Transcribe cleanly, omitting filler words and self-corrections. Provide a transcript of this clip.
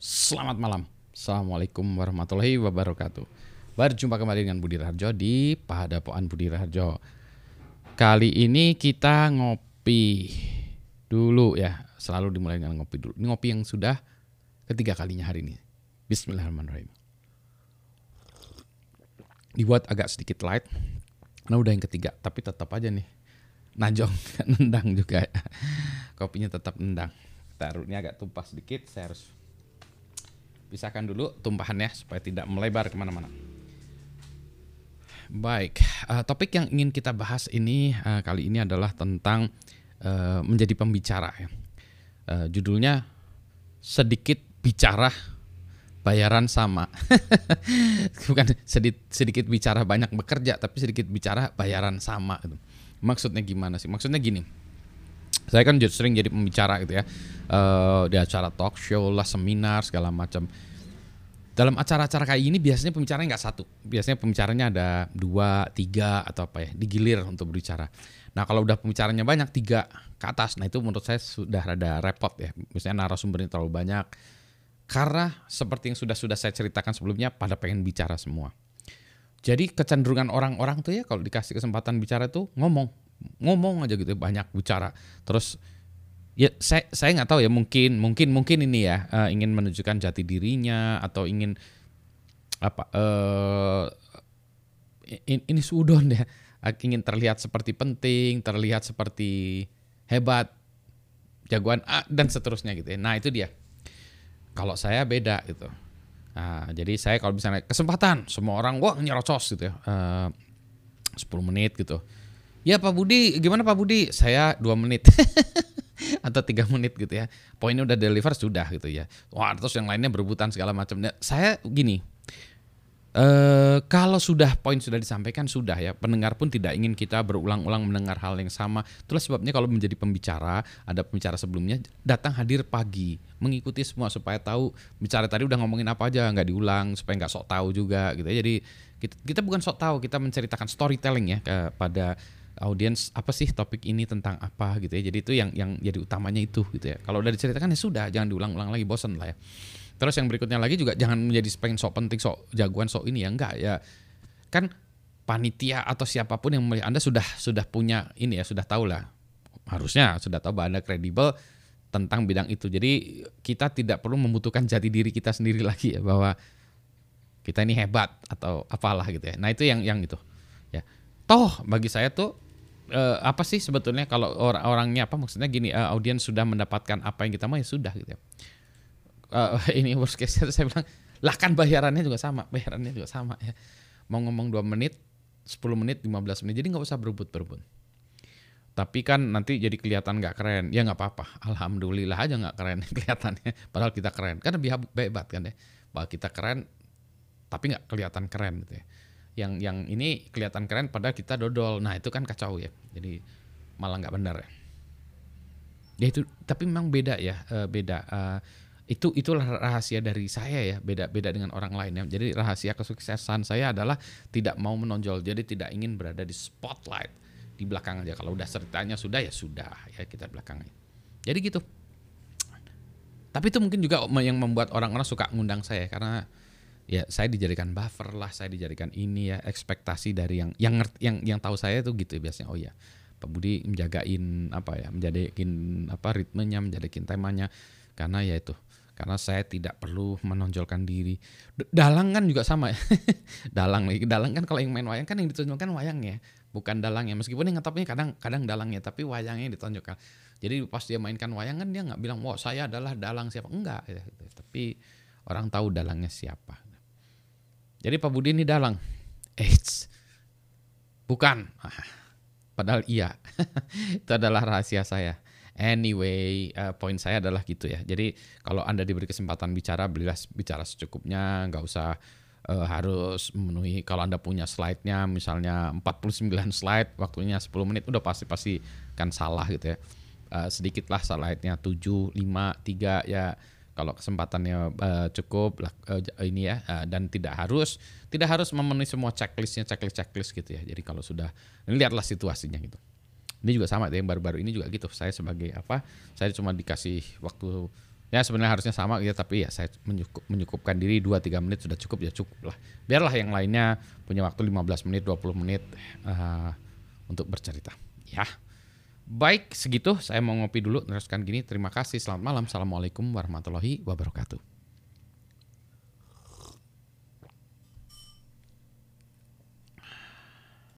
Selamat malam. Assalamualaikum warahmatullahi wabarakatuh. Berjumpa kembali dengan Budi Raharjo di Padapokan Budi Raharjo. Kali ini kita ngopi dulu ya. Selalu dimulai dengan ngopi dulu. Ini ngopi yang sudah ketiga kalinya hari ini. Bismillahirrahmanirrahim. Dibuat agak sedikit light. Nah udah yang ketiga, tapi tetap aja nih najong, nendang juga ya. Kopinya tetap nendang. Taruhnya agak tumpah sedikit, saya harus pisahkan dulu tumpahannya supaya tidak melebar kemana-mana. Baik, topik yang ingin kita bahas ini kali ini adalah tentang menjadi pembicara ya. Judulnya sedikit bicara bayaran sama. Bukan sedikit bicara banyak bekerja, tapi sedikit bicara bayaran sama gitu. Maksudnya gimana sih? Maksudnya gini. Saya kan sering jadi pembicara gitu ya, di acara talk show lah, seminar segala macam. Dalam acara-acara kayak gini biasanya pembicaranya nggak satu, biasanya pembicaranya ada 2, 3 atau apa ya, digilir untuk berbicara. Nah kalau udah pembicaranya banyak 3 ke atas, nah itu menurut saya sudah rada repot ya. Misalnya narasumbernya terlalu banyak, karena seperti yang sudah saya ceritakan sebelumnya, pada pengen bicara semua. Jadi kecenderungan orang-orang tuh ya kalau dikasih kesempatan bicara tuh ngomong aja gitu, banyak bicara. Terus ya saya nggak tahu ya, mungkin ini ya ingin menunjukkan jati dirinya atau ingin apa ini sudon ya, ingin terlihat seperti penting, terlihat seperti hebat, jagoan A dan seterusnya gitu ya. Nah itu dia. Kalau saya beda gitu. Nah, jadi saya kalau misalnya kesempatan semua orang wah nyerocos gitu ya, 10 menit gitu. Ya Pak Budi, gimana Pak Budi? Saya 2 menit atau 3 menit gitu ya. Poinnya udah deliver sudah gitu ya. Wah terus yang lainnya berebutan segala macam. Nah, saya gini, kalau sudah poin sudah disampaikan sudah ya. Pendengar pun tidak ingin kita berulang-ulang mendengar hal yang sama. Itulah sebabnya kalau menjadi pembicara, ada pembicara sebelumnya datang hadir pagi, mengikuti semua supaya tahu bicara tadi udah ngomongin apa aja, nggak diulang supaya nggak sok tahu juga gitu ya. Jadi kita bukan sok tahu, kita menceritakan storytelling ya kepada audiens, apa sih topik ini tentang apa gitu ya. Jadi itu yang jadi utamanya itu gitu ya. Kalau udah diceritakan ya sudah, jangan diulang-ulang lagi, bosan lah ya. Terus yang berikutnya lagi juga jangan menjadi pengen sok penting, sok jagoan, sok ini ya, enggak ya. Kan panitia atau siapapun yang memilih Anda sudah punya ini ya, sudah tahu lah. Harusnya sudah tahu bahwa Anda kredibel tentang bidang itu. Jadi kita tidak perlu membutuhkan jati diri kita sendiri lagi ya, bahwa kita ini hebat atau apalah gitu ya. Nah itu yang itu ya. Toh bagi saya tuh apa sih sebetulnya kalau orang-orangnya apa, maksudnya gini, audiens sudah mendapatkan apa yang kita mau ya sudah gitu ya. Ini worst case saya bilang, lah kan bayarannya juga sama ya. Mau ngomong 2 menit, 10 menit, 15 menit, jadi nggak usah berebut. Tapi kan nanti jadi kelihatan nggak keren, ya nggak apa-apa. Alhamdulillah aja nggak keren kelihatannya, padahal kita keren. Kan lebih hebat kan ya, bahwa kita keren, tapi nggak kelihatan keren gitu ya. Yang ini kelihatan keren padahal kita dodol, nah itu kan kacau ya. Jadi malah nggak benar ya. Ya itu, tapi memang beda ya, beda. Itulah rahasia dari saya ya, beda dengan orang lain ya. Jadi rahasia kesuksesan saya adalah tidak mau menonjol, jadi tidak ingin berada di spotlight, di belakang aja. Kalau udah ceritanya sudah ya sudah ya, kita belakangnya. Jadi gitu. Tapi itu mungkin juga yang membuat orang-orang suka ngundang saya, karena ya saya dijadikan buffer lah, saya dijadikan ini ya, ekspektasi dari yang tahu saya itu gitu biasanya. Oh ya, Pak Budi menjagain apa ya, menjadikan apa ritmenya, menjadikan temanya, karena ya itu, karena saya tidak perlu menonjolkan diri. Dalang kan juga sama ya. Dalang kan kalau yang main wayang kan yang ditonjolkan wayangnya, bukan dalangnya. Meskipun yang ngetopnya kadang dalangnya, tapi wayangnya yang ditonjolkan. Jadi pas dia mainkan wayang kan dia nggak bilang, wah saya adalah dalang siapa, enggak ya, gitu. Tapi orang tahu dalangnya siapa. Jadi Pak Budi ini dalang. Bukan. Padahal iya. Itu adalah rahasia saya. Anyway, poin saya adalah gitu ya. Jadi kalau Anda diberi kesempatan bicara, berilah bicara secukupnya, nggak usah harus memenuhi. Kalau Anda punya slide-nya misalnya 49 slide, waktunya 10 menit, udah pasti kan salah gitu ya. Sedikitlah slide-nya 7, 5, 3 ya. Kalau kesempatannya cukup lah, ini ya, dan tidak harus memenuhi semua checklist gitu ya. Jadi kalau sudah, lihatlah situasinya gitu. Ini juga sama, yang baru-baru ini juga gitu. Saya sebagai apa? Saya cuma dikasih waktu Ya sebenarnya harusnya sama gitu, tapi ya saya menyukupkan diri 2-3 menit sudah cukup, ya cukup lah. Biarlah yang lainnya punya waktu 15 menit, 20 menit untuk bercerita. Ya. Baik, segitu saya mau ngopi dulu, teruskan gini. Terima kasih, selamat malam. Assalamualaikum warahmatullahi wabarakatuh.